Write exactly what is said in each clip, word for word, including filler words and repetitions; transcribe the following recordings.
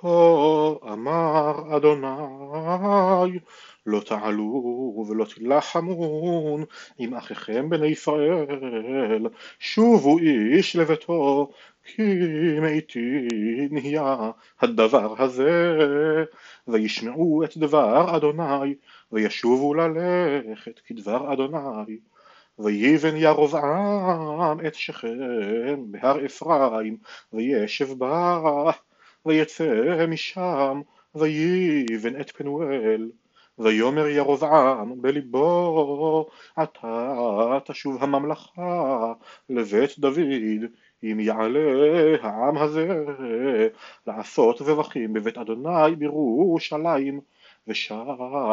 כה אמר אדוני, לא תעלו ולא תילחמון עם אחיכם בני ישראל, שובו איש לביתו, כי מאיתי נהיה הדבר הזה. וישמעו את דבר אדוני, וישובו ללכת כדבר אדוני. ויבן ירבעם את שכם בהר אפרים, וישב בה, ויצא משם, ויבן את פנואל. ויאמר ירבעם בליבו, עתה תשוב הממלכה לבית דוד, אם יעלה העם הזה לעשות זבחים בבית אדוני בירושלים. ושב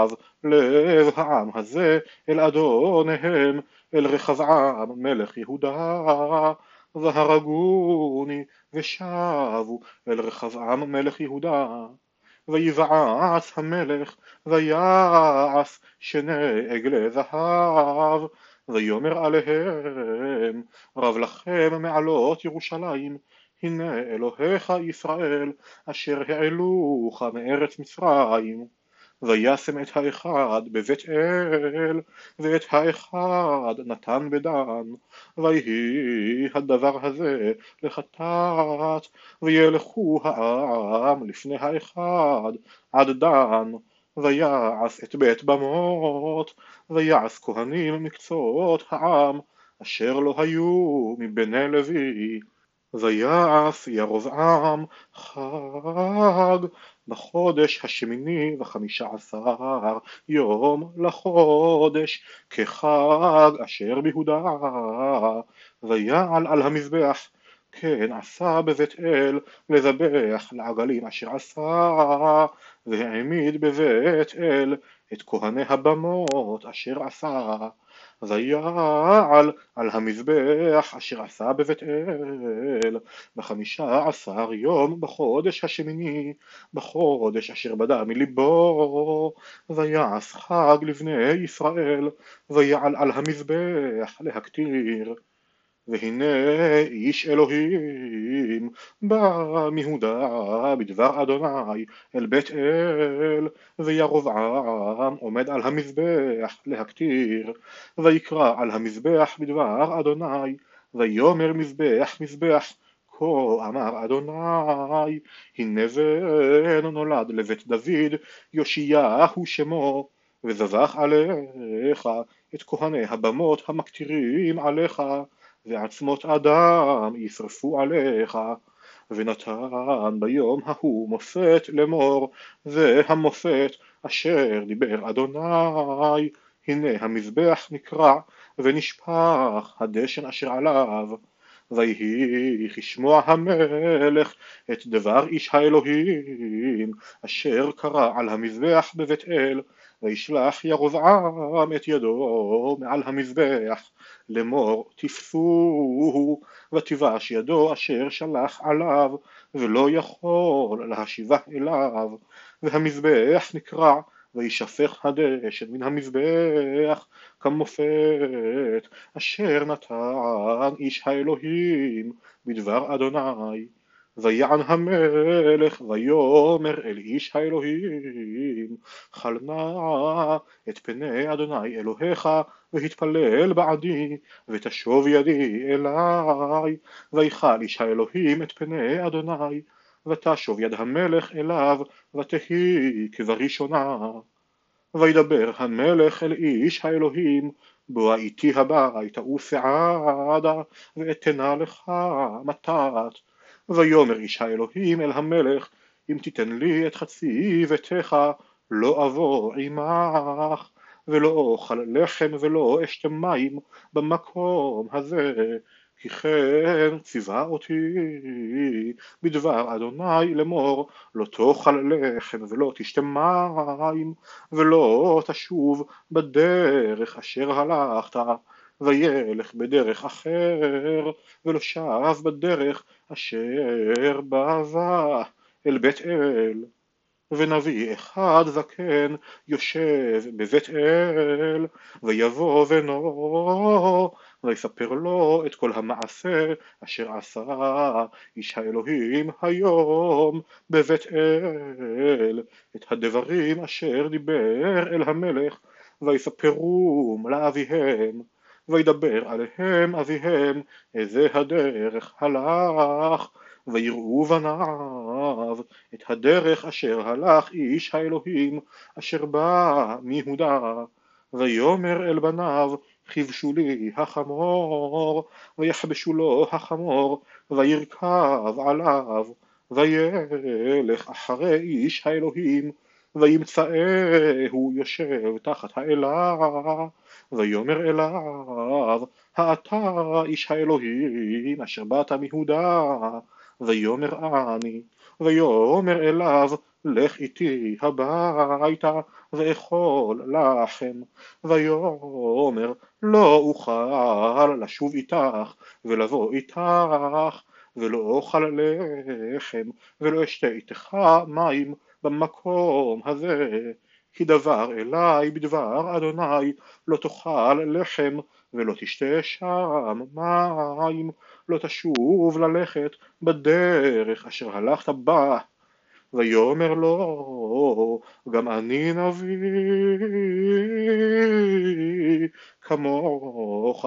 לב העם הזה אל אדוניהם, אל רחבעם מלך יהודה, והרגוני, ושבו אל רחבעם מלך יהודה. ויבעץ המלך, ויעש שני עגלי זהב, ויאמר עליהם, רב לכם מעלות ירושלים, הנה אלוהיך ישראל, אשר העלוך מארץ מצרים. וישם את האחד בבית אל, ואת האחד נתן בדן, ויהי הדבר הזה לחטאת, וילכו העם לפני האחד עד דן. ויעש את בית במות, ויעש כהנים מקצות העם, אשר לא היו מבני לוי. ויעש ירבעם חג בחודש השמיני וחמישה עשר יום לחודש, כחג אשר ביהודה. ויעל על המזבח, כן עשה בבית אל לזבח לעגלים אשר עשה, והעמיד בבית אל את כהני הבמות אשר עשה. ויעל על המזבח אשר עשה בבית אל בחמישה עשר יום בחודש השמיני, בחודש אשר בדה מליבו. ויעש חג לבני ישראל, ויעל על המזבח להקטיר. והנה איש אלוהים בא מיהודה בדבר אדוני אל בית אל, וירבעם עומד על המזבח להקטיר. ויקרא על המזבח בדבר אדוני, ויאמר מזבח מזבח, כה אמר אדוני, הנה בן נולד לבית דוד, יאשיהו שמו, וזבח עליך את כהני הבמות המקטירים עליך, ועצמות אדם ישרפו עליך. ונתן ביום ההוא מופת לאמור, זה המופת אשר דיבר אדוני. הנה המזבח נקרע ונשפך הדשן אשר עליו. ויהי כשמוע המלך את דבר איש האלוהים אשר קרא על המזבח בבית אל, וישלח ירבעם את ידו מעל המזבח לאמור, תפסוהו, ותיבש ידו אשר שלח עליו, ולא יכול להשיבה אליו. והמזבח נקרע, וישפך הדשן מן המזבח כמופת אשר נתן איש האלוהים בדבר אדוני. ויען המלך ויאמר אל איש האלוהים, חל נא את פני אדוני אלוהיך והתפלל בעדי, ותשוב ידי אליי. ויחל איש האלוהים את פני אדוני, ותשוב יד המלך אליו, ותהי כבראשונה. וידבר המלך אל איש האלוהים, בוא איתי הביתה וסעדה, ואתנה לך מתת. ויאמר איש האלוהים אל המלך, אם תיתן לי את חצי ביתך, לא אבוא עמך, ולא אוכל לחם ולא אשתה מים במקום הזה, כי כן ציווה אותי בדבר אדוני לאמור, לא תאכל לחם ולא תשתה מים, ולא תשוב בדרך אשר הלכת. וילך בדרך אחר, ולא שב בדרך אשר בא אל בית אל. ונביא אחד זקן יושב בבית אל, ויבוא בנו ויספר לו את כל המעשה אשר עשה איש האלוהים היום בבית אל, את הדברים אשר דיבר אל המלך, ויספרום לאביהם, וידבר עליהם אביהם איזה הדרך הלך, ויראו בניו את הדרך אשר הלך איש האלוהים אשר בא מיהודה, ויאמר אל בניו חיבשו לי החמור, ויחבשו לו החמור, וירכב עליו, וילך אחרי איש האלוהים, וימצאהו יושב תחת האלה, ויאמר אליו האתה איש האלוהים אשר באת מיהודה, ויאמר אני, ויאמר אליו לך איתי הביתה ואכול לחם, ויאמר לא אוכל לשוב איתך ולבוא איתך, ולא אוכל לחם ולא אשתה איתך מים במקום הזה, כי דבר אליי בדבר אדוני לא תאכל לחם ולא תשתה שם מים, לא תשוב ללכת בדרך אשר הלכת בה. ויאמר לו גם אני נביא כמוך,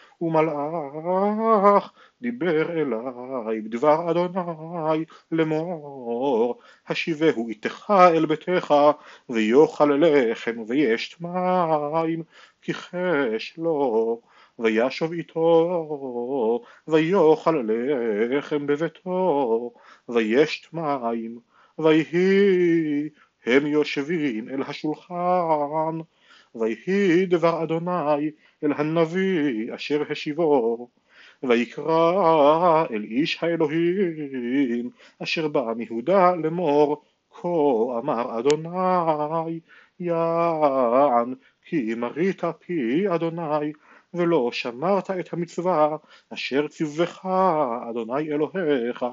ומלאך דיבר אליי בדבר אדוני לאמור השיבהו איתך אל ביתך ויאכל לחם וישת מים, כי חש לו, וישוב איתו ויאכל לחם בביתו וישת מים, ויהי הם יושבים אל השולחן, ויהי דבר אדוני אל הנביא אשר השיבו, ויקרא אל איש האלוהים אשר בא מיהודה לאמור כה אמר אדוני יען כי מרית פי אדוני ולא שמרת את המצווה אשר ציווך אדוני אלוהיך,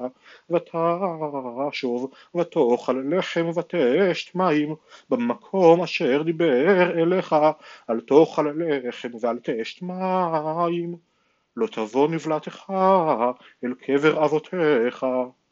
ותשוב ותאכל לחם ותשת מים במקום אשר דיבר אליך, אל תאכל לחם ואל תשת מים, לא תבוא נבלתך אל קבר אבותיך.